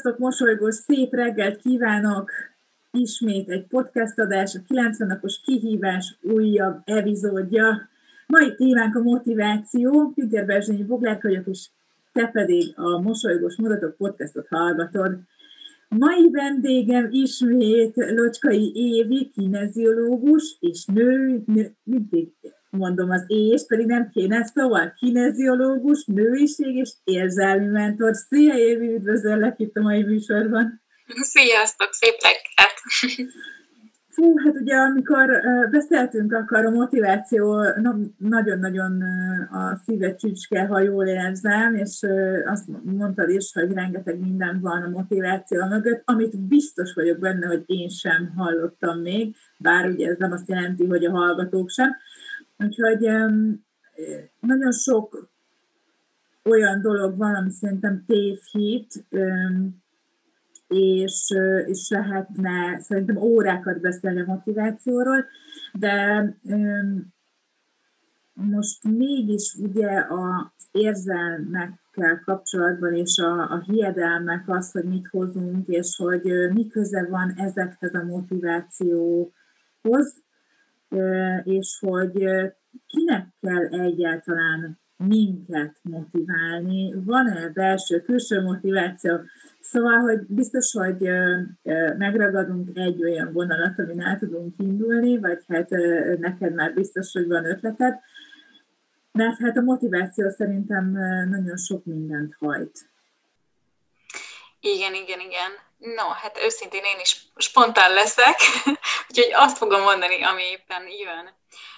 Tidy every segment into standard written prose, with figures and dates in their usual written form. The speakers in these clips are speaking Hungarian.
Sziasztok, mosolygós, szép reggelt kívánok! Ismét egy podcast adás, a 90 napos kihívás újabb epizódja. Mai témánk a motiváció. Pintér Berzsenyi Boglárka vagyok, és te pedig a Mosolygós Mondatok podcastot hallgatod. Mai vendégem ismét Locskai Évi, kineziológus, és nő, mindig mondom az és, pedig nem kéne, szóval kineziológus, nőiség és érzelmi mentor. Szia Évi, üdvözöllek itt a mai műsorban. Sziasztok, szép reggelt! Fú, hát ugye amikor beszéltünk, akkor a motiváció nagyon-nagyon a szíved csücske, ha jól érzem, és azt mondtad is, hogy rengeteg minden van a motiváció mögött, amit biztos vagyok benne, hogy én sem hallottam még, bár ugye ez nem azt jelenti, hogy a hallgatók sem. Úgyhogy nagyon sok olyan dolog van, ami szerintem tévhit, és lehetne szerintem órákat beszélni a motivációról, de most mégis ugye az érzelmekkel kapcsolatban és a hiedelmek az, hogy mit hozunk, és hogy mi köze van ezekhez a motivációhoz, és hogy kinek kell egyáltalán minket motiválni, van-e belső-külső motiváció? Szóval, hogy biztos, hogy megragadunk egy olyan vonalat, amin el tudunk indulni, vagy hát neked már biztos, hogy van ötleted, mert hát a motiváció szerintem nagyon sok mindent hajt. Igen. No, hát őszintén én is spontán leszek, úgyhogy azt fogom mondani, ami éppen jön.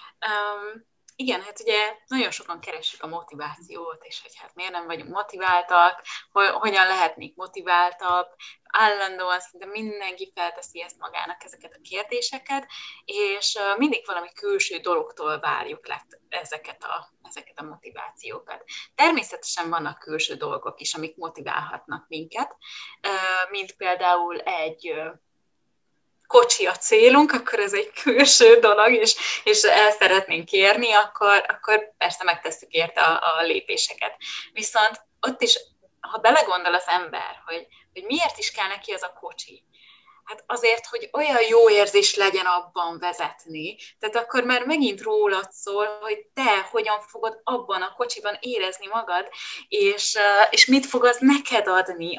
Igen, hát ugye nagyon sokan keressük a motivációt, és hogy hát miért nem vagyunk motiváltak, hogyan lehetnék motiváltabb, állandóan szinte mindenki felteszi ezt magának ezeket a kérdéseket, és mindig valami külső dologtól várjuk le ezeket a motivációkat. Természetesen vannak külső dolgok is, amik motiválhatnak minket, mint például egy kocsi a célunk, akkor ez egy külső dolog, és el szeretnénk érni, akkor persze megtesszük érte a lépéseket. Viszont ott is, ha belegondol az ember, hogy miért is kell neki ez a kocsi, hát azért, hogy olyan jó érzés legyen abban vezetni, tehát akkor már megint rólad szól, hogy te hogyan fogod abban a kocsiban érezni magad, és mit fog az neked adni,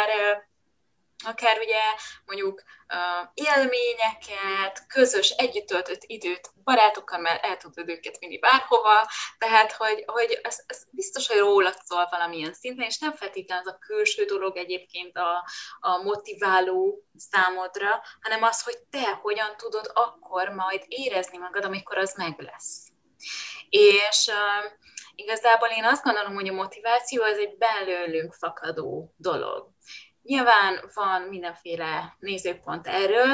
akár ugye mondjuk élményeket, közös együtt töltött időt barátokkal, mert el tudod őket vinni bárhova, tehát hogy ez biztos, hogy rólad szól valamilyen szinten, és nem feltétlenül az a külső dolog egyébként a motiváló számodra, hanem az, hogy te hogyan tudod akkor majd érezni magad, amikor az meg lesz. És igazából én azt gondolom, hogy a motiváció az egy belőlünk fakadó dolog. Nyilván van mindenféle nézőpont erről,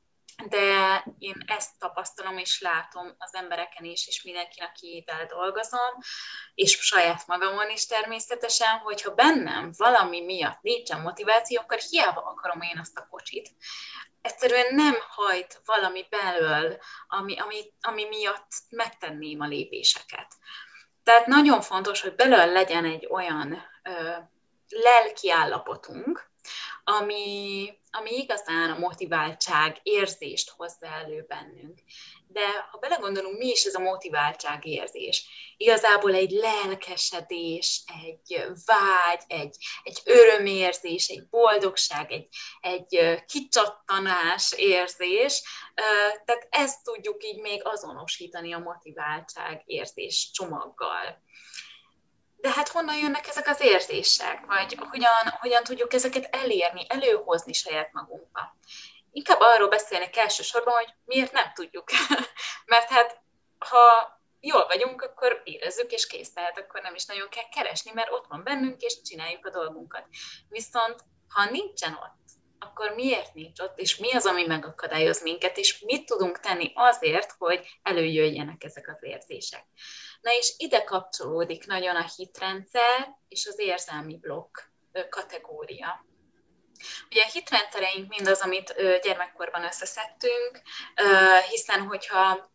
de én ezt tapasztalom és látom az embereken is, és mindenkin, akivel dolgozom, és saját magamon is természetesen, hogyha bennem valami miatt nincsen motiváció, akkor hiába akarom én azt a kocsit. Egyszerűen nem hajt valami belől, ami miatt megtenném a lépéseket. Tehát nagyon fontos, hogy belőle legyen egy olyan lelki állapotunk, ami igazán a motiváltság érzést hozza elő bennünk. De ha belegondolunk, mi is ez a motiváltság érzés? Igazából egy lelkesedés, egy vágy, egy örömérzés, egy boldogság, egy kicsattanás érzés. Tehát ezt tudjuk így még azonosítani a motiváltság érzés csomaggal. De hát honnan jönnek ezek az érzések? Vagy hogyan tudjuk ezeket elérni, előhozni saját magunkba? Inkább arról beszélnek elsősorban, hogy miért nem tudjuk. Mert hát, ha jól vagyunk, akkor érezzük, és kész. Tehát akkor nem is nagyon kell keresni, mert ott van bennünk, és csináljuk a dolgunkat. Viszont, ha nincsen ott, akkor miért nincs ott, és mi az, ami megakadályoz minket, és mit tudunk tenni azért, hogy előjöjjenek ezek az érzések. Na és ide kapcsolódik nagyon a hitrendszer és az érzelmi blokk kategória. Ugye a hitrendszereink mindaz, amit gyermekkorban összeszedtünk, hiszen hogyha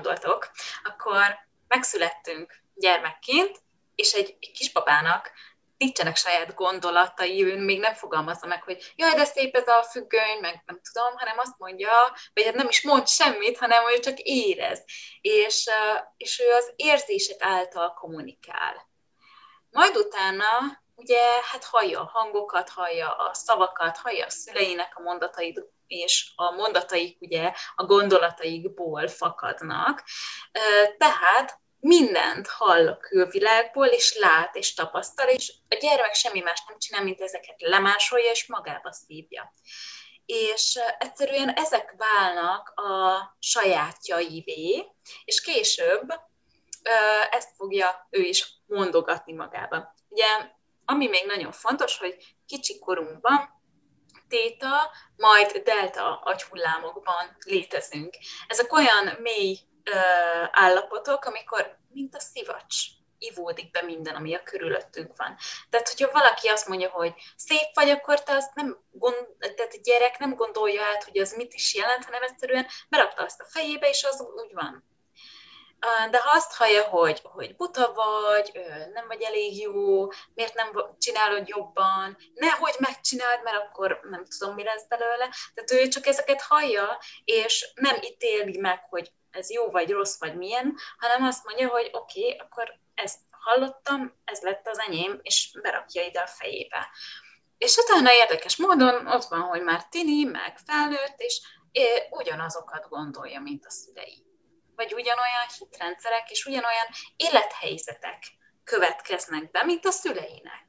belegondoltok, akkor megszülettünk gyermekként, és egy kisbabának nincsenek saját gondolatai, ő még nem fogalmazza meg, hogy jaj, de szép ez a függöny, meg nem tudom, hanem azt mondja, vagy hát nem is mond semmit, hanem hogy csak érez. És ő az érzések által kommunikál. Majd utána ugye hát hallja a hangokat, hallja a szavakat, hallja a szüleinek a mondatait, és a mondataik ugye a gondolataikból fakadnak. Tehát mindent hall a külvilágból, és lát, és tapasztal, és a gyermek semmi más nem csinál, mint ezeket lemásolja, és magába szívja. És egyszerűen ezek válnak a sajátjaivé, és később ezt fogja ő is mondogatni magába. Ugye, ami még nagyon fontos, hogy kicsi korunkban téta, majd delta agyhullámokban létezünk. Ezek olyan mély állapotok, amikor, mint a szivacs, ivódik be minden, ami a körülöttünk van. Tehát, hogyha valaki azt mondja, hogy szép vagy, akkor te azt nem tehát a gyerek nem gondolja át, hogy az mit is jelent, hanem egyszerűen berakta azt a fejébe, és az úgy van. De ha azt hallja, hogy buta vagy, nem vagy elég jó, miért nem csinálod jobban, nehogy megcsináld, mert akkor nem tudom, mi lesz belőle. Tehát ő csak ezeket hallja, és nem ítéli meg, hogy ez jó vagy rossz, vagy milyen, hanem azt mondja, hogy oké, akkor ezt hallottam, ez lett az enyém, és berakja ide a fejébe. És utána érdekes módon ott van, hogy már tini, meg felnőtt, és ugyanazokat gondolja, mint a szülei. Vagy ugyanolyan hitrendszerek és ugyanolyan élethelyzetek következnek be, mint a szüleinek.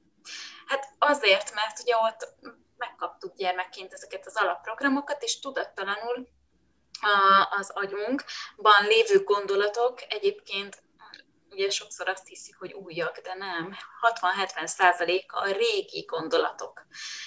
Hát azért, mert ugye ott megkaptuk gyermekként ezeket az alapprogramokat, és tudattalanul az agyunkban lévő gondolatok egyébként ugye sokszor azt hiszik, hogy újak, de nem. 60-70% a régi gondolatok.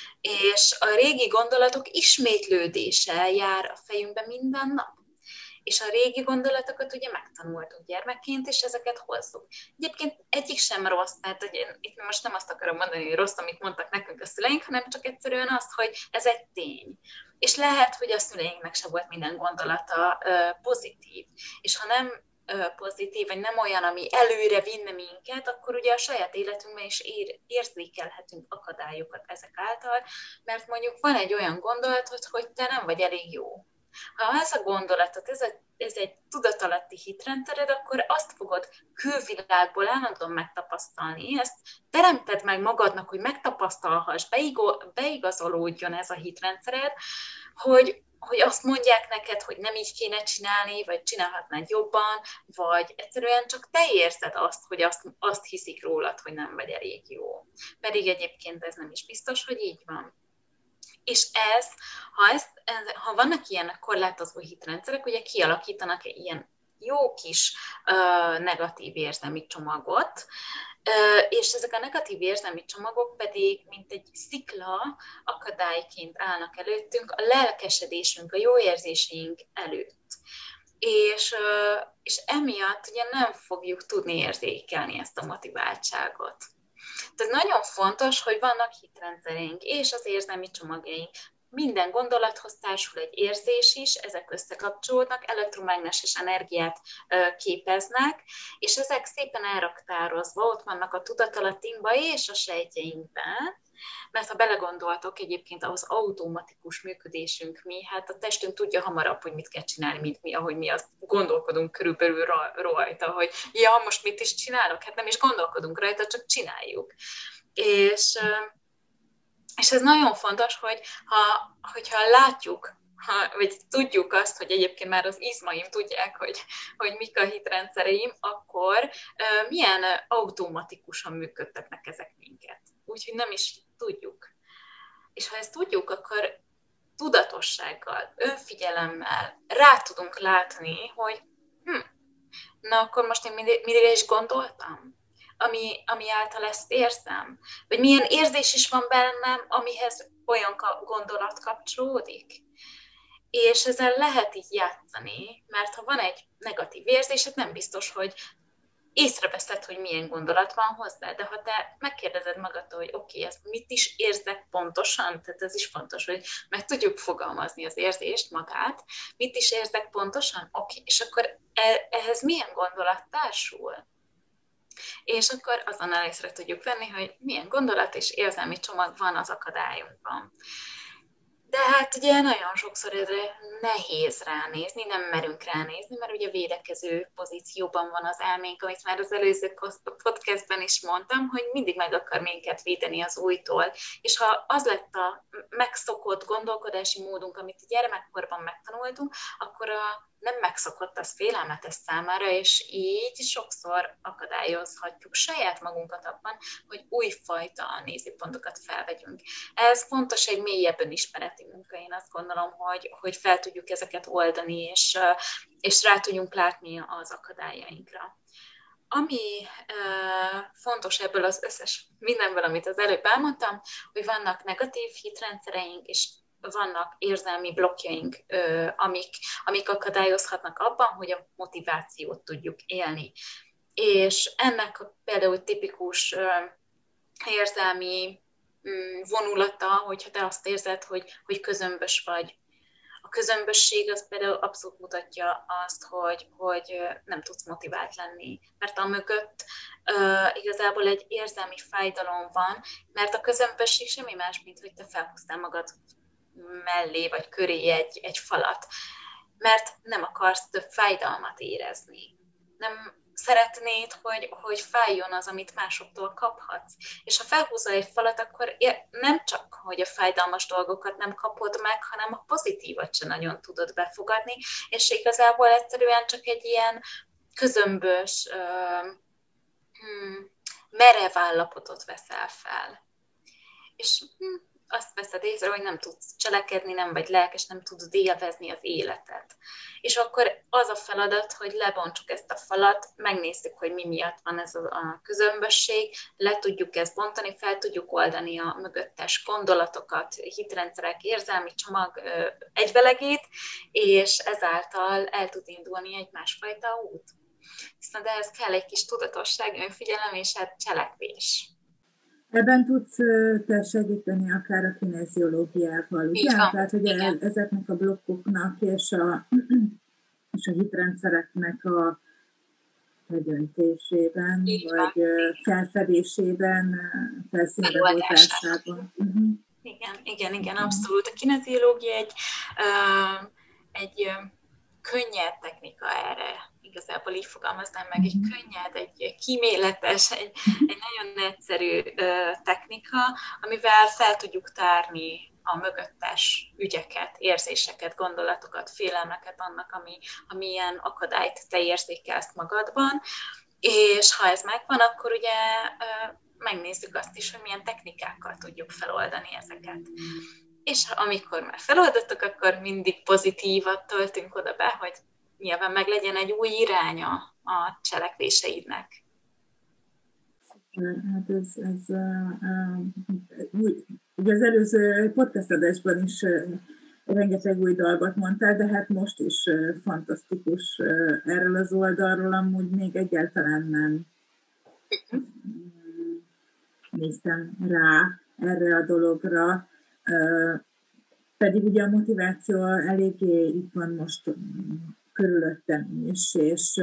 És a régi gondolatok ismétlődése jár a fejünkbe minden nap. És a régi gondolatokat ugye megtanultuk gyermekként, és ezeket hozzuk. Egyébként egyik sem rossz, tehát hogy itt most nem azt akarom mondani, hogy rossz, amit mondtak nekünk a szüleink, hanem csak egyszerűen azt, hogy ez egy tény. És lehet, hogy a szüleinknek se volt minden gondolata pozitív. És ha nem pozitív, vagy nem olyan, ami előre vinne minket, akkor ugye a saját életünkben is érzékelhetünk akadályokat ezek által, mert mondjuk van egy olyan gondolat, hogy te nem vagy elég jó. Ha ez a gondolatot, ez egy tudatalatti hitrendszered, akkor azt fogod külvilágból állandóan megtapasztalni, ezt teremted meg magadnak, hogy megtapasztalhass, beigazolódjon ez a hitrendszered, hogy azt mondják neked, hogy nem így kéne csinálni, vagy csinálhatnád jobban, vagy egyszerűen csak te érzed azt, hogy azt hiszik rólad, hogy nem vagy elég jó. Pedig egyébként ez nem is biztos, hogy így van. És ha vannak ilyen korlátozó hitrendszerek, ugye kialakítanak egy ilyen jó kis negatív érzelmi csomagot, és ezek a negatív érzelmi csomagok pedig, mint egy szikla akadályként állnak előttünk a lelkesedésünk, a jó érzéseink előtt. És emiatt ugye nem fogjuk tudni érzékelni ezt a motiváltságot. Tehát nagyon fontos, hogy vannak hitrendszereink és az érzelmi csomagjaink. Minden gondolathoz társul egy érzés is, ezek összekapcsolódnak, elektromágneses energiát képeznek, és ezek szépen elraktározva ott vannak a tudatalattinkban és a sejtjeinkben, mert ha belegondoltok egyébként ahhoz automatikus működésünk mi, hát a testünk tudja hamarabb, hogy mit kell csinálni, mint mi, ahogy mi azt gondolkodunk körülbelül rajta, hogy ja, most mit is csinálok? Hát nem is gondolkodunk rajta, csak csináljuk. És ez nagyon fontos, hogyha látjuk, vagy tudjuk azt, hogy egyébként már az izmaim tudják, hogy mik a hitrendszereim, akkor milyen automatikusan működtetnek ezek minket. Úgyhogy nem is tudjuk. És ha ezt tudjuk, akkor tudatossággal, önfigyelemmel rá tudunk látni, hogy na akkor most én mire is gondoltam? Ami által ezt érzem? Vagy milyen érzés is van bennem, amihez olyan gondolat kapcsolódik? És ezzel lehet így játszani, mert ha van egy negatív érzésed, nem biztos, hogy észreveszed, hogy milyen gondolat van hozzá, de ha te megkérdezed magadtól, hogy oké, ezt mit is érzek pontosan, tehát ez is fontos, hogy meg tudjuk fogalmazni az érzést magát, mit is érzek pontosan, oké, és akkor ehhez milyen gondolat társul? És akkor azonnal észre tudjuk venni, hogy milyen gondolat és érzelmi csomag van az akadályunkban. De hát ugye nagyon sokszor erre nehéz ránézni, nem merünk ránézni, mert ugye védekező pozícióban van az elménk, amit már az előző podcastben is mondtam, hogy mindig meg akar minket védeni az újtól. És ha az lett a megszokott gondolkodási módunk, amit gyermekkorban megtanultunk, akkor a nem megszokott, az félelmetes számára, és így sokszor akadályozhatjuk saját magunkat abban, hogy újfajta nézőpontokat felvegyünk. Ez fontos egy mélyebb önismereti munka, én azt gondolom, hogy fel tudjuk ezeket oldani, és rá tudjunk látni az akadályainkra. Ami fontos ebből az összes mindenből, amit az előbb elmondtam, hogy vannak negatív hitrendszereink, és vannak érzelmi blokkjaink, amik akadályozhatnak abban, hogy a motivációt tudjuk élni. És ennek például tipikus érzelmi vonulata, hogyha te azt érzed, hogy közömbös vagy. A közömbösség az például abszolút mutatja azt, hogy nem tudsz motivált lenni, mert amögött igazából egy érzelmi fájdalom van, mert a közömbösség semmi más, mint hogy te felhúztál magad mellé vagy köré egy falat, mert nem akarsz több fájdalmat érezni. Nem szeretnéd, hogy fájjon az, amit másoktól kaphatsz. És ha felhúzol egy falat, akkor nem csak, hogy a fájdalmas dolgokat nem kapod meg, hanem a pozitívat sem nagyon tudod befogadni, és igazából egyszerűen csak egy ilyen közömbös, merev állapotot veszel fel. És azt veszed észre, hogy nem tudsz cselekedni, nem vagy lelkes, nem tudod élvezni az életet. És akkor az a feladat, hogy lebontsuk ezt a falat, megnézzük, hogy mi miatt van ez a közömbösség, le tudjuk ezt bontani, fel tudjuk oldani a mögöttes gondolatokat, hitrendszerek, érzelmi csomag egyvelegét, és ezáltal el tud indulni egy másfajta út. Viszont ehhez kell egy kis tudatosság, önfigyelem és hát cselekvés. Ebben tudsz te segíteni akár a kineziológiával, ugye? Tehát, hogy ezeknek a blokkoknak és a hitrendszereknek a döntésében, vagy felfedésében, felszínre hozásában. Igen, abszolút. A kineziológia egy könnyed technika erre. Igazából így fogalmaznám meg, egy könnyed, egy kíméletes, egy nagyon egyszerű technika, amivel fel tudjuk tárni a mögöttes ügyeket, érzéseket, gondolatokat, félelmeket annak, ami ilyen akadályt te érzékelsz magadban, és ha ez megvan, akkor ugye megnézzük azt is, hogy milyen technikákkal tudjuk feloldani ezeket. És amikor már feloldottuk, akkor mindig pozitívat töltünk oda be, hogy nyilván meg legyen egy új iránya a cselekvéseidnek. Hát ugye az előző podcast adásban is rengeteg új dolgot mondtál, de hát most is fantasztikus erről az oldalról, amúgy még egyáltalán nem néztem rá erre a dologra, pedig ugye a motiváció eléggé itt van most körülöttem is, és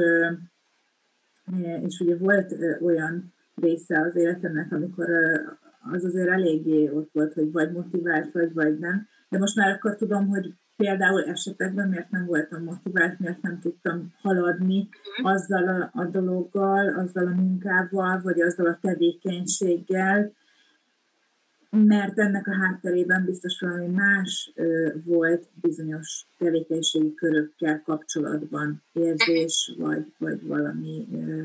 ugye volt olyan része az életemnek, amikor az azért eléggé ott volt, hogy vagy motivált vagy nem, de most már akkor tudom, hogy például esetekben miért nem voltam motivált, miért nem tudtam haladni azzal a dologgal, azzal a munkával, vagy azzal a tevékenységgel, mert ennek a hátterében biztos valami más volt bizonyos tevékenységi körökkel kapcsolatban, érzés, vagy valami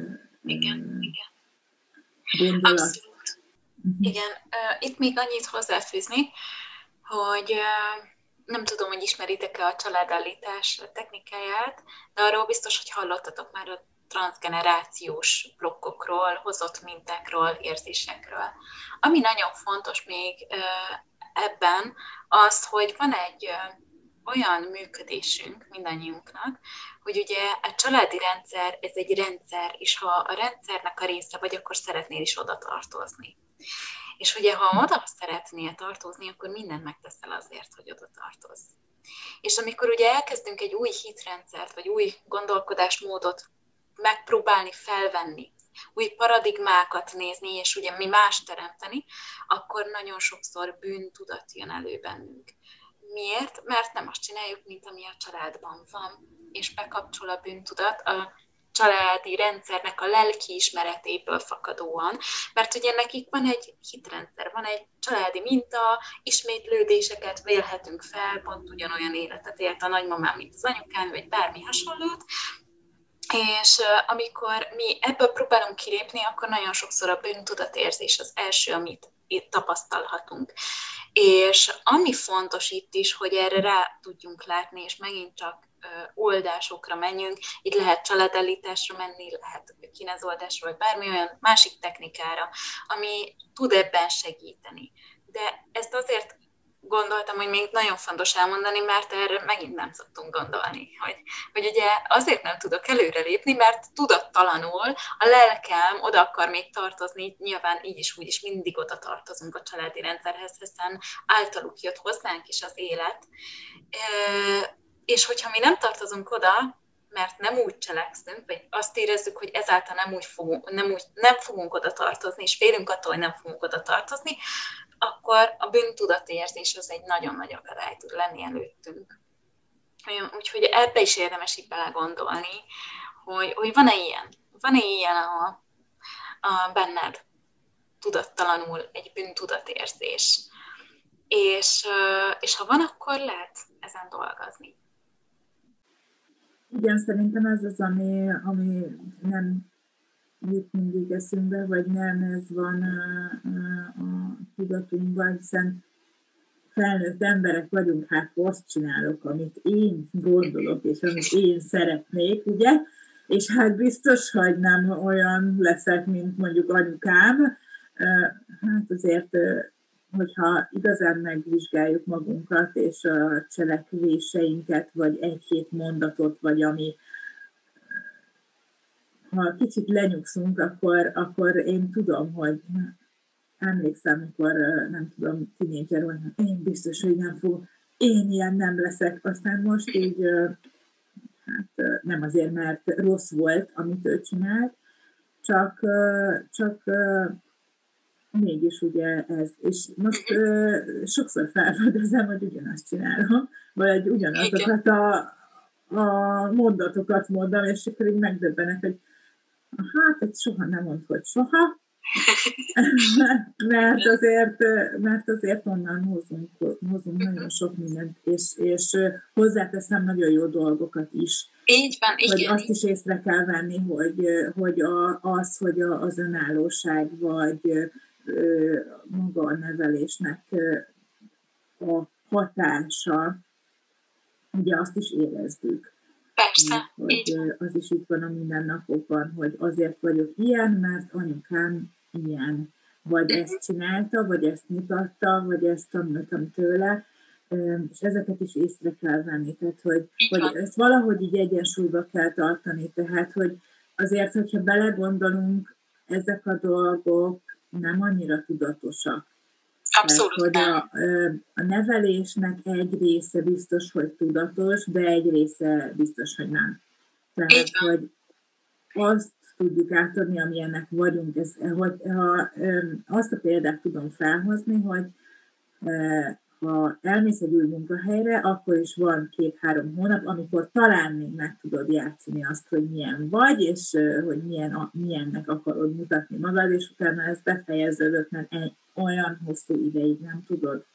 gondolat. Abszolút. Igen, itt még annyit hozzáfűzni, hogy nem tudom, hogy ismeritek-e a családállítás technikáját, de arról biztos, hogy hallottatok már a transzgenerációs blokkokról, hozott mintákról, érzésekről. Ami nagyon fontos még ebben az, hogy van egy olyan működésünk mindannyiunknak, hogy ugye a családi rendszer, ez egy rendszer, és ha a rendszernek a része vagy, akkor szeretnél is oda tartozni. És ugye, ha oda szeretnél tartozni, akkor mindent megteszel azért, hogy oda tartozz. És amikor ugye elkezdünk egy új hitrendszert, vagy új gondolkodásmódot megpróbálni felvenni, új paradigmákat nézni, és ugye mi más teremteni, akkor nagyon sokszor bűntudat jön elő bennünk. Miért? Mert nem azt csináljuk, mint ami a családban van, és bekapcsol a bűntudat a családi rendszernek a lelki ismeretéből fakadóan, mert ugye nekik van egy hitrendszer, van egy családi minta, ismétlődéseket vélhetünk fel, pont ugyanolyan életet élt a nagymamám, mint az anyukám, vagy bármi hasonlót, és amikor mi ebből próbálunk kilépni, akkor nagyon sokszor a bűntudatérzés az első, amit itt tapasztalhatunk. És ami fontos itt is, hogy erre rá tudjunk látni, és megint csak oldásokra menjünk, itt lehet családállításra menni, lehet kinezoldásra, vagy bármi olyan másik technikára, ami tud ebben segíteni. De ezt azért gondoltam, hogy még nagyon fontos elmondani, mert erre megint nem szoktunk gondolni, hogy ugye azért nem tudok előrelépni, mert tudattalanul a lelkem oda akar még tartozni, nyilván így is úgy is mindig oda tartozunk a családi rendszerhez, hiszen általuk jött hozzánk is az élet. És hogyha mi nem tartozunk oda, mert nem úgy cselekszünk, vagy azt érezzük, hogy ezáltal nem fogunk oda tartozni, és félünk attól, hogy nem fogunk oda tartozni, akkor a bűntudatérzés az egy nagyon nagy akadály tud lenni előttünk. Úgyhogy ebbe is érdemes így belegondolni, hogy van-e ilyen? Van-e ilyen a benned tudattalanul egy bűntudatérzés? És ha van, akkor lehet ezen dolgozni. Igen, szerintem ez az, ami nem jut mindig eszünkbe, vagy nem ez van a tudatunkban, hiszen felnőtt emberek vagyunk, hát azt csinálok, amit én gondolok, és amit én szeretnék, ugye? És hát biztos, hogy nem olyan leszek, mint mondjuk anyukám. Hát azért, hogyha igazán megvizsgáljuk magunkat, és a cselekvéseinket, vagy egy-két mondatot, vagy ami ha kicsit lenyugszunk, akkor én tudom, hogy emlékszem, amikor nem tudom, tínédzser voltam, én biztos, hogy nem fogok, én ilyen nem leszek. Aztán most így, hát nem azért, mert rossz volt, amit ő csinált, csak mégis ugye ez. És most sokszor felfedezem, hogy ugyanazt csinálom, vagy ugyanazokat a mondatokat mondom, és akkor így megdöbbenek, hogy hát, ezt soha nem mondd, hogy soha, mert azért onnan hozunk nagyon sok mindent, és hozzáteszem nagyon jó dolgokat is. Így van, hogy igen. Azt is észre kell venni, hogy az önállóság, vagy maga a nevelésnek a hatása, ugye azt is érezzük. Persze, hogy az is itt van a mindennapokban, hogy azért vagyok ilyen, mert anyukám ilyen. Vagy ezt csinálta, vagy ezt mutatta, vagy ezt tanultam tőle, és ezeket is észre kell venni. Tehát, hogy ezt valahogy így egyensúlyba kell tartani. Tehát, hogy azért, hogyha belegondolunk, ezek a dolgok nem annyira tudatosak. Abszolút Tehát, hogy a nevelésnek egy része biztos, hogy tudatos, de egy része biztos, hogy nem. Tehát, hogy azt tudjuk átadni, amilyennek vagyunk. Azt a példát tudom felhozni, hogy ha elmész egy új munkahelyre, akkor is van 2-3 hónap, amikor talán még meg tudod játszani azt, hogy milyen vagy, és hogy milyennek akarod mutatni magad, és utána ez befejeződött, mert olyan hosszú ideig nem tudod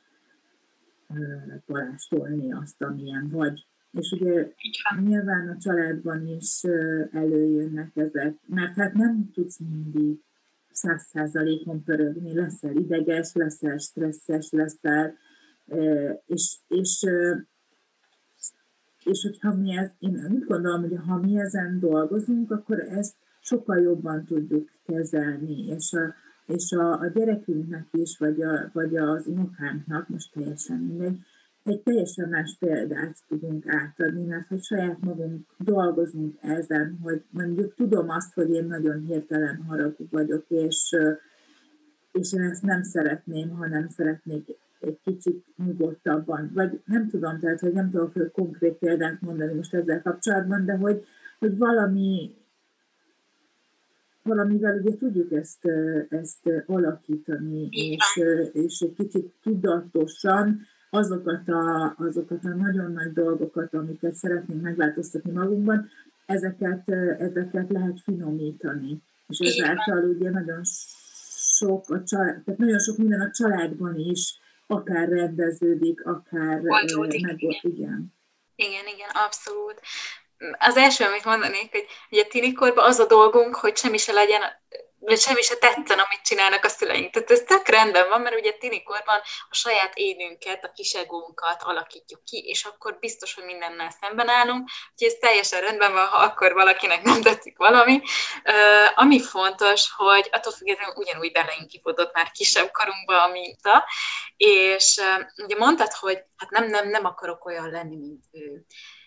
parástolni azt, amilyen vagy. És ugye nyilván a családban is előjönnek ezek, mert hát nem tudsz mindig 100%-on pörögni, leszel ideges, leszel stresszes, leszel, és hogyha én úgy gondolom, hogy ha mi ezen dolgozunk, akkor ezt sokkal jobban tudjuk kezelni, és a gyerekünknek is, vagy az unokánknak, most teljesen mindegy, egy teljesen más példát tudunk átadni, mert hogy saját magunk dolgozunk ezen, hogy mondjuk tudom azt, hogy én nagyon hirtelen haragú vagyok, és én ezt nem szeretném, hanem szeretnék egy kicsit nyugodtabban, vagy nem tudom, tehát, hogy nem tudok konkrét példát mondani most ezzel kapcsolatban, de hogy valami valamivel ugye tudjuk ezt alakítani, és egy kicsit tudatosan azokat a nagyon nagy dolgokat, amiket szeretnénk megváltoztatni magunkban, ezeket lehet finomítani. És ezáltal ugye nagyon sok tehát nagyon sok minden a családban is akár rendeződik, akár igen. Igen, abszolút. Az első, amit mondanék, hogy ugye tinikorban az a dolgunk, hogy semmi se legyen, vagy semmi se tetszen, amit csinálnak a szüleink. Tehát ez tök rendben van, mert ugye tinikorban a saját énünket, a kisegónkat alakítjuk ki, és akkor biztos, hogy mindennel szemben állunk, úgyhogy ez teljesen rendben van, ha akkor valakinek nem tetszik valami. Ami fontos, hogy attól függetlenül ugyanúgy beleinkivodott már kisebb korunkba a minta, és ugye mondtad, hogy hát nem akarok olyan lenni, mint ő.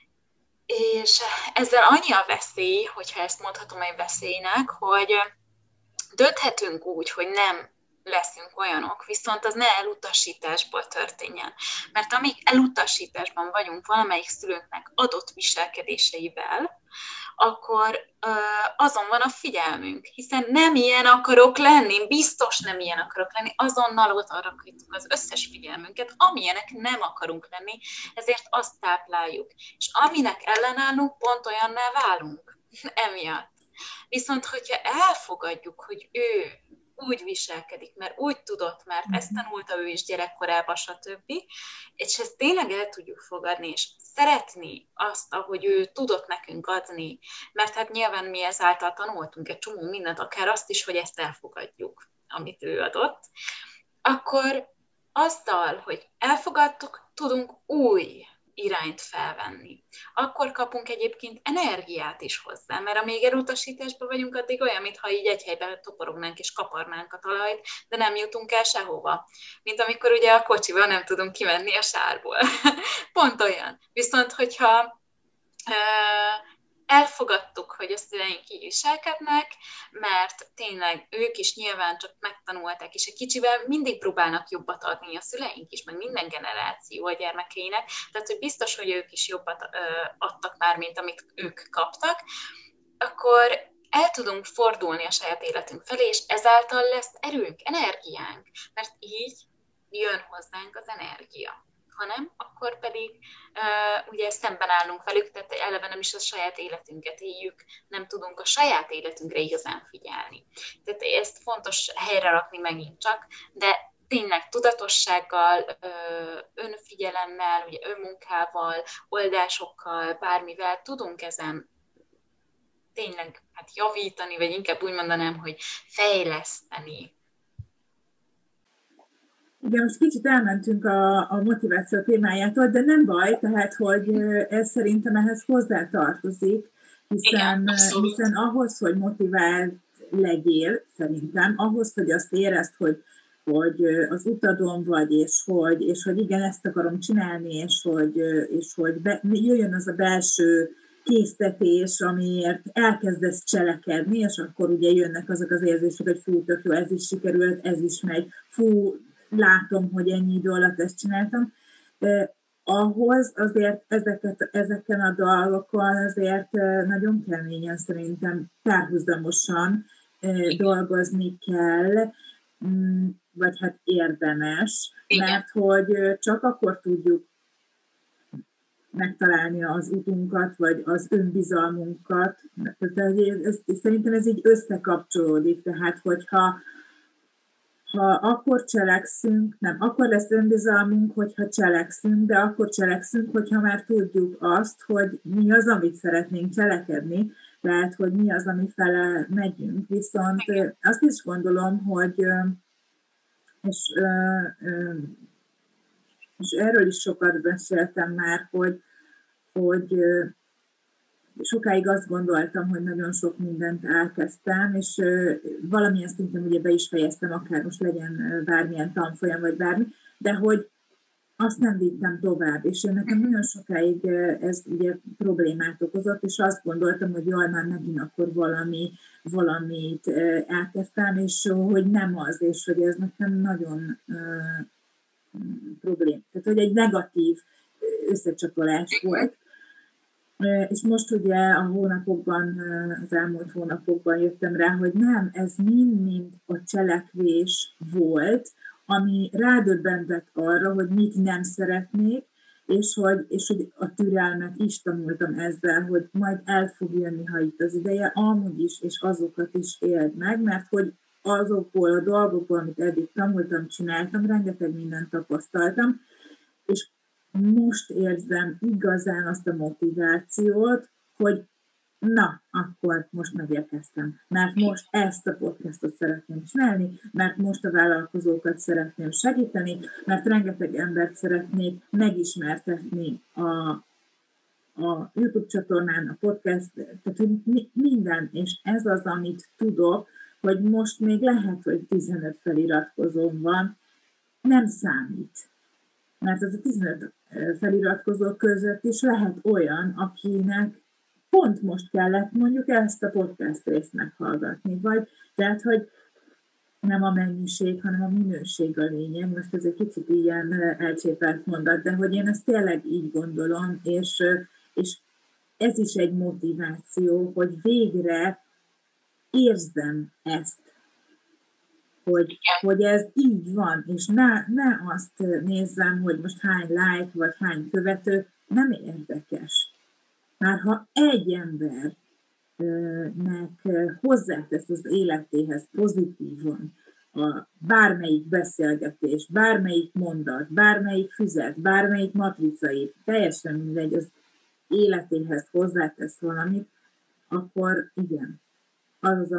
És ezzel annyi a veszély, hogyha ezt mondhatom egy veszélynek, hogy dönthetünk úgy, hogy nem leszünk olyanok, viszont az ne elutasításból történjen. Mert amíg elutasításban vagyunk valamelyik szülőnknek adott viselkedéseivel, akkor azon van a figyelmünk, hiszen nem ilyen akarok lenni, biztos nem ilyen akarok lenni, azonnal ott arra rakjuk az összes figyelmünket, amilyenek nem akarunk lenni, ezért azt tápláljuk. És aminek ellenállunk, pont olyanná válunk emiatt. Viszont, hogyha elfogadjuk, hogy ő úgy viselkedik, mert úgy tudott, mert ezt tanulta ő is gyerekkorában, stb. És ezt tényleg el tudjuk fogadni, és szeretni azt, ahogy ő tudott nekünk adni, mert hát nyilván mi ezáltal tanultunk egy csomó mindent, akár azt is, hogy ezt elfogadjuk, amit ő adott, akkor azzal, hogy elfogadtuk, tudunk új irányt felvenni. Akkor kapunk egyébként energiát is hozzá, mert amíg elutasításban vagyunk, addig olyan, mintha így egy helyben toporognánk és kaparnánk a talajt, de nem jutunk el sehova. Mint amikor ugye a kocsival nem tudunk kimenni a sárból. Pont olyan. Viszont, hogyha elfogadtuk, hogy a szüleink így viselkednek, mert tényleg ők is nyilván csak megtanulták, és egy kicsivel mindig próbálnak jobbat adni a szüleink is, meg minden generáció a gyermekeinek, tehát hogy biztos, hogy ők is jobbat adtak már, mint amit ők kaptak, akkor el tudunk fordulni a saját életünk felé, és ezáltal lesz erőnk, energiánk, mert így jön hozzánk az energia. Ha nem, akkor pedig ugye szemben állunk velük, tehát eleve nem is a saját életünket éljük, nem tudunk a saját életünkre igazán figyelni. Tehát ezt fontos helyre rakni megint csak, de tényleg tudatossággal, önfigyelemmel, ugye önmunkával, oldásokkal, bármivel tudunk ezen tényleg javítani, vagy inkább úgy mondanám, hogy fejleszteni. Igen, most kicsit elmentünk a motiváció témájától, de nem baj, tehát, hogy ez szerintem ehhez hozzátartozik, hiszen ahhoz, hogy motivált legyél, szerintem, ahhoz, hogy azt érezd, hogy az utadon vagy, és hogy igen, ezt akarom csinálni, és hogy jöjjön az a belső késztetés, amiért elkezdesz cselekedni, és akkor ugye jönnek azok az érzések, hogy fú, tök jó, ez is sikerült, ez is megy, fú, látom, hogy ennyi idő alatt ezt csináltam. Ahhoz azért ezeken a dolgokon azért nagyon keményen szerintem párhuzamosan dolgozni kell, vagy hát érdemes, mert hogy csak akkor tudjuk megtalálni az utunkat, vagy az önbizalmunkat. Tehát szerintem ez így összekapcsolódik, tehát hogyha akkor cselekszünk, nem, akkor lesz önbizalmunk, hogyha cselekszünk, de akkor cselekszünk, hogyha már tudjuk azt, hogy mi az, amit szeretnénk cselekedni, tehát, hogy mi az, ami fele megyünk. Viszont azt is gondolom, hogy és erről is sokat beszéltem már, hogy sokáig azt gondoltam, hogy nagyon sok mindent elkezdtem, és valamilyen szinten ugye be is fejeztem, akár most legyen bármilyen tanfolyam, vagy bármi, de hogy azt nem vittem tovább, és én nekem nagyon sokáig ez ugye problémát okozott, és azt gondoltam, hogy jaj, már megint akkor valamit elkezdtem, és hogy nem az, és hogy ez nekem nagyon problém. Tehát, hogy egy negatív összecsatolás volt. És most ugye a hónapokban, az elmúlt hónapokban jöttem rá, hogy nem, ez mind-mind a cselekvés volt, ami rádöbbentett arra, hogy mit nem szeretnék, és hogy a türelmet is tanultam ezzel, hogy majd el fog jönni, ha itt az ideje, amúgy is, és azokat is éld meg, mert hogy azokból a dolgokból, amit eddig tanultam, csináltam, rengeteg mindent tapasztaltam, és most érzem igazán azt a motivációt, hogy na, akkor most megérkeztem, mert most ezt a podcastot szeretném csinálni, mert most a vállalkozókat szeretném segíteni, mert rengeteg embert szeretnék megismertetni a YouTube csatornán, a podcast, tehát hogy minden, és ez az, amit tudok, hogy most még lehet, hogy 15 feliratkozóm van, nem számít. Mert az a 15 feliratkozó között is lehet olyan, akinek pont most kellett mondjuk ezt a podcast részt meghallgatni, vagy tehát, hogy nem a mennyiség, hanem a minőség a lényeg. Most ez egy kicsit ilyen elcsépelt mondat, de hogy én ezt tényleg így gondolom, és ez is egy motiváció, hogy végre érzem ezt, hogy ez így van, és ne azt nézzem, hogy most hány like, vagy hány követő, nem érdekes. Már ha egy embernek hozzátesz az életéhez pozitívan a bármelyik beszélgetés, bármelyik mondat, bármelyik füzet, bármelyik matricai, teljesen mindegy, az életéhez hozzátesz valamit, akkor igen, az az,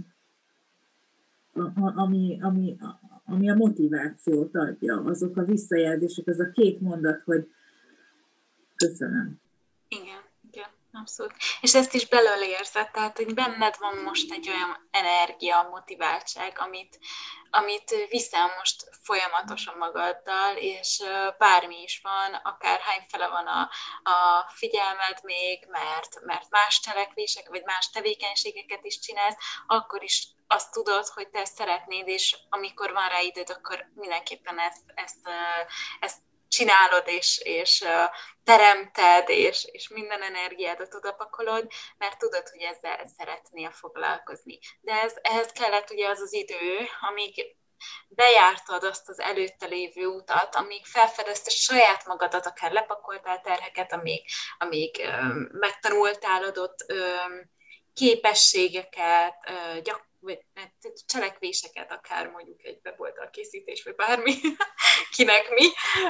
ami a motivációt adja, azok a visszajelzések, az a 2 mondat, hogy köszönöm. Igen, abszolút. És ezt is belőle érzed, tehát hogy benned van most egy olyan energia, motiváltság, amit viszel most folyamatosan magaddal, és bármi is van, akár hányfele van a figyelmed még, mert más cselekvések, vagy más tevékenységeket is csinálsz, akkor is azt tudod, hogy te ezt szeretnéd, és amikor van rá időd, akkor mindenképpen ezt csinálod, és teremted, és minden energiádat odapakolod, mert tudod, hogy ezzel szeretnél foglalkozni. De ehhez kellett ugye az idő, amíg bejártad azt az előtte lévő utat, amíg felfedezted saját magadat, akár lepakoltál terheket, amíg megtanultál adott képességeket, cselekvéseket, akár mondjuk egy weboldal készítés, vagy bármi, kinek mi,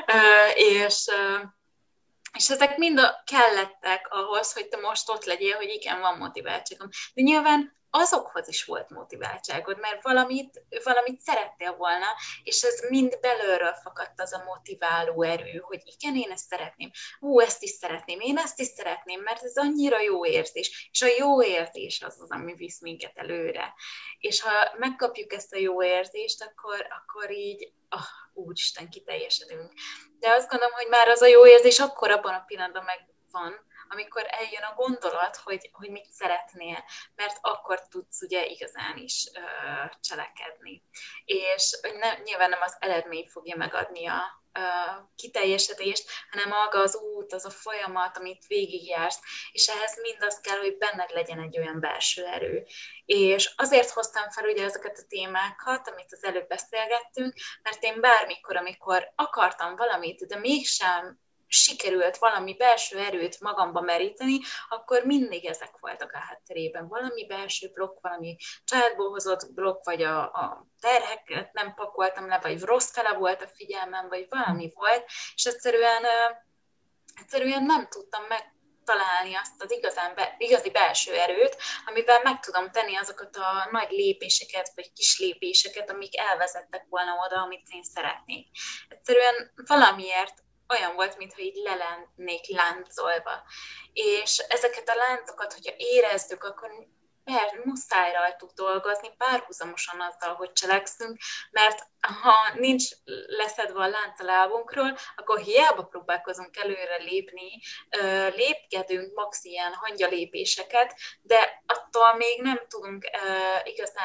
és ezek mind kellettek ahhoz, hogy te most ott legyél, hogy igen, van motiváltságom. De nyilván azokhoz is volt motiváltságod, mert valamit szerettél volna, és ez mind belülről fakadt az a motiváló erő, hogy igen, én ezt szeretném, ezt is szeretném, én ezt is szeretném, mert ez annyira jó érzés, és a jó érzés az az, ami visz minket előre. És ha megkapjuk ezt a jó érzést, akkor így, úristen, kiteljesedünk. De azt gondolom, hogy már az a jó érzés akkor abban a pillanatban megvan, amikor eljön a gondolat, hogy mit szeretnél, mert akkor tudsz ugye igazán is cselekedni. És nyilván nem az eredmény fogja megadni a kiteljesedést, hanem maga az út, az a folyamat, amit végigjársz, és ehhez mindaz kell, hogy benned legyen egy olyan belső erő. És azért hoztam fel ugye ezeket a témákat, amit az előbb beszélgettünk, mert én bármikor, amikor akartam valamit, de mégsem sikerült valami belső erőt magamba meríteni, akkor mindig ezek voltak a hátterében. Valami belső blokk, valami családból hozott blokk, vagy a terheket nem pakoltam le, vagy rossz fele volt a figyelmem, vagy valami volt, és egyszerűen nem tudtam megtalálni azt az igazi belső erőt, amivel meg tudom tenni azokat a nagy lépéseket, vagy kis lépéseket, amik elvezettek volna oda, amit én szeretnék. Egyszerűen valamiért olyan volt, mintha így le lennék láncolva. És ezeket a láncokat, hogyha érezzük, akkor muszáj rajtuk dolgozni, párhuzamosan azzal, hogy cselekszünk, mert ha nincs leszedve a lánc a lábunkról, akkor hiába próbálkozunk előre lépni, lépkedünk max ilyen hangyalépéseket, de attól még nem tudunk igazán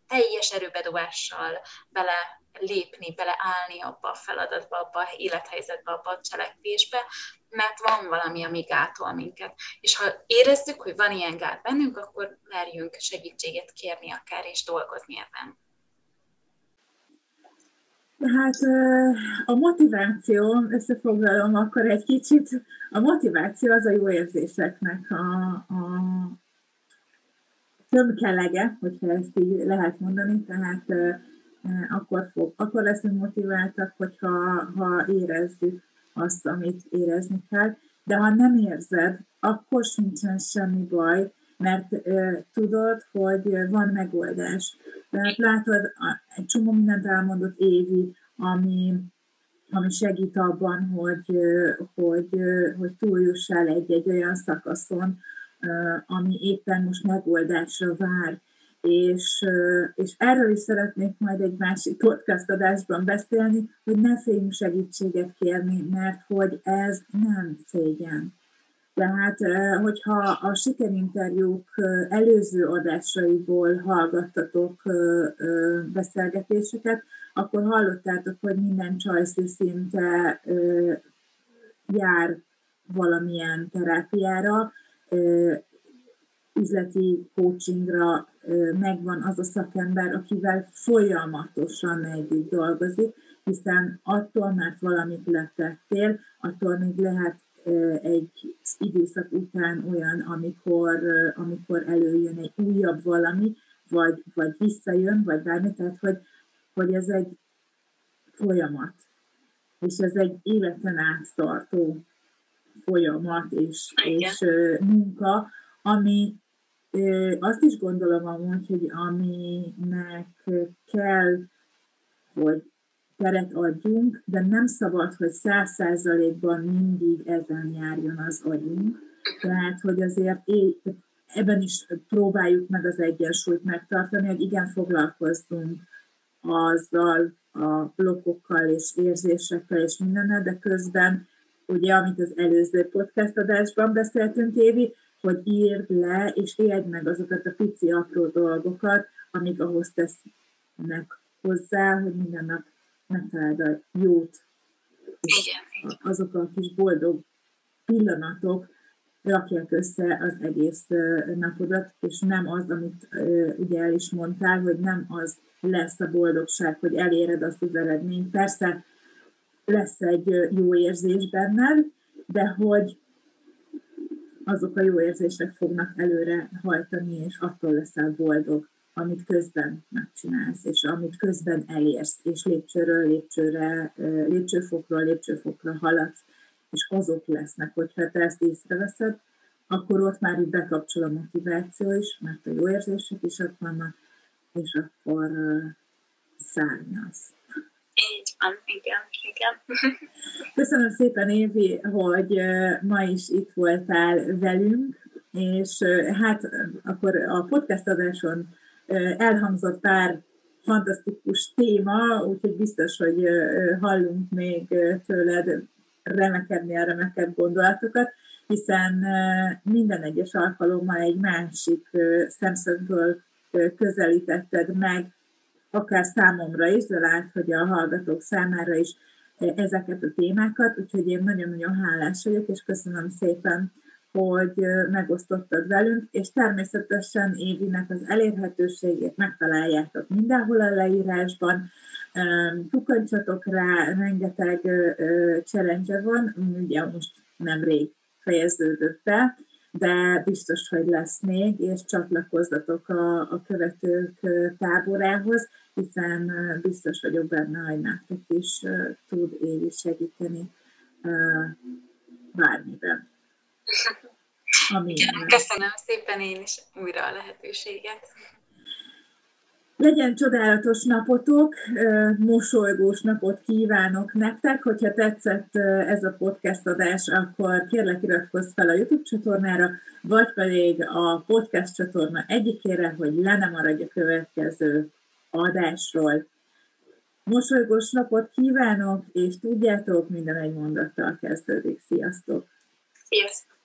teljes erőbedobással bele lépni, beleállni abba a feladatba, abba a élethelyzetbe, abba a cselekvésbe, mert van valami, ami gátol minket. És ha érezzük, hogy van ilyen gát bennünk, akkor merjünk segítséget kérni akár, és dolgozni ebben. Hát a motiváció, összefoglalom akkor egy kicsit, a motiváció az a jó érzéseknek a tömkelege, hogyha ezt így lehet mondani, tehát akkor leszünk motiváltak, ha érezzük azt, amit érezni kell, de ha nem érzed, akkor sincsen semmi baj, mert tudod, hogy van megoldás. Tehát látod, egy csomó mindent elmondott Évi, ami segít abban, hogy túljussál egy olyan szakaszon, ami éppen most megoldásra vár. És erről is szeretnék majd egy másik podcast adásban beszélni, hogy ne féljünk segítséget kérni, mert hogy ez nem szégyen. Tehát, hogyha a sikerinterjúk előző adásaiból hallgattatok beszélgetéseket, akkor hallottátok, hogy minden csajszű szinte jár valamilyen terápiára, üzleti coachingra, megvan az a szakember, akivel folyamatosan együtt dolgozik, hiszen attól, mert valamit letettél, attól még lehet egy időszak után olyan, amikor előjön egy újabb valami, vagy visszajön, vagy bármi, tehát hogy ez egy folyamat, és ez egy életen át tartó folyamat és munka, ami azt is gondolom amúgy, hogy aminek kell, hogy teret adjunk, de nem szabad, hogy 100%-ban mindig ezen járjon az agyunk. Tehát, hogy azért ebben is próbáljuk meg az egyensúlyt megtartani, hogy igen, foglalkozzunk azzal a blokkokkal és érzésekkel és mindennel, de közben, ugye, amit az előző podcast adásban beszéltünk, Évi, hogy írd le és éld meg azokat a pici apró dolgokat, amik ahhoz tesznek hozzá, hogy minden nap megtaláld a jót. És azok a kis boldog pillanatok rakják össze az egész napodat, és nem az, amit ugye el is mondtál, hogy nem az lesz a boldogság, hogy eléred azt az eredményt. Persze lesz egy jó érzés benned, de hogy azok a jó érzések fognak előre hajtani, és attól leszel boldog, amit közben megcsinálsz, és amit közben elérsz, és lépcsőről lépcsőre, lépcsőfokról lépcsőfokra haladsz, és azok lesznek, hogyha te ezt észreveszed, akkor ott már így bekapcsol a motiváció is, mert a jó érzések is ott vannak, és akkor szárnyalsz. Így van, igen. Köszönöm szépen, Évi, hogy ma is itt voltál velünk, és hát akkor a podcast adáson elhangzott pár fantasztikus téma, úgyhogy biztos, hogy hallunk még tőled remekebb gondolatokat, hiszen minden egyes alkalommal egy másik szemszögből közelítetted meg, akár számomra is, de lát, hogy a hallgatók számára is ezeket a témákat, úgyhogy én nagyon-nagyon hálás vagyok, és köszönöm szépen, hogy megosztottad velünk, és természetesen Évinek az elérhetőségét megtaláljátok mindenhol a leírásban, kukancsatok rá, rengeteg challenge van, ugye most nemrég fejeződött be, de biztos, hogy lesz még, és csatlakozzatok a követők táborához, hiszen biztos vagyok benne, hogy nektek is tud Évi segíteni bármiben. Köszönöm szépen én is újra a lehetőséget. Legyen csodálatos napotok, mosolygós napot kívánok nektek, hogyha tetszett ez a podcast adás, akkor kérlek iratkozz fel a YouTube csatornára, vagy pedig a podcast csatorna egyikére, hogy le ne maradj a következő adásról. Mosolygós napot kívánok, és tudjátok, minden egy mondattal kezdődik. Sziasztok! Sziasztok!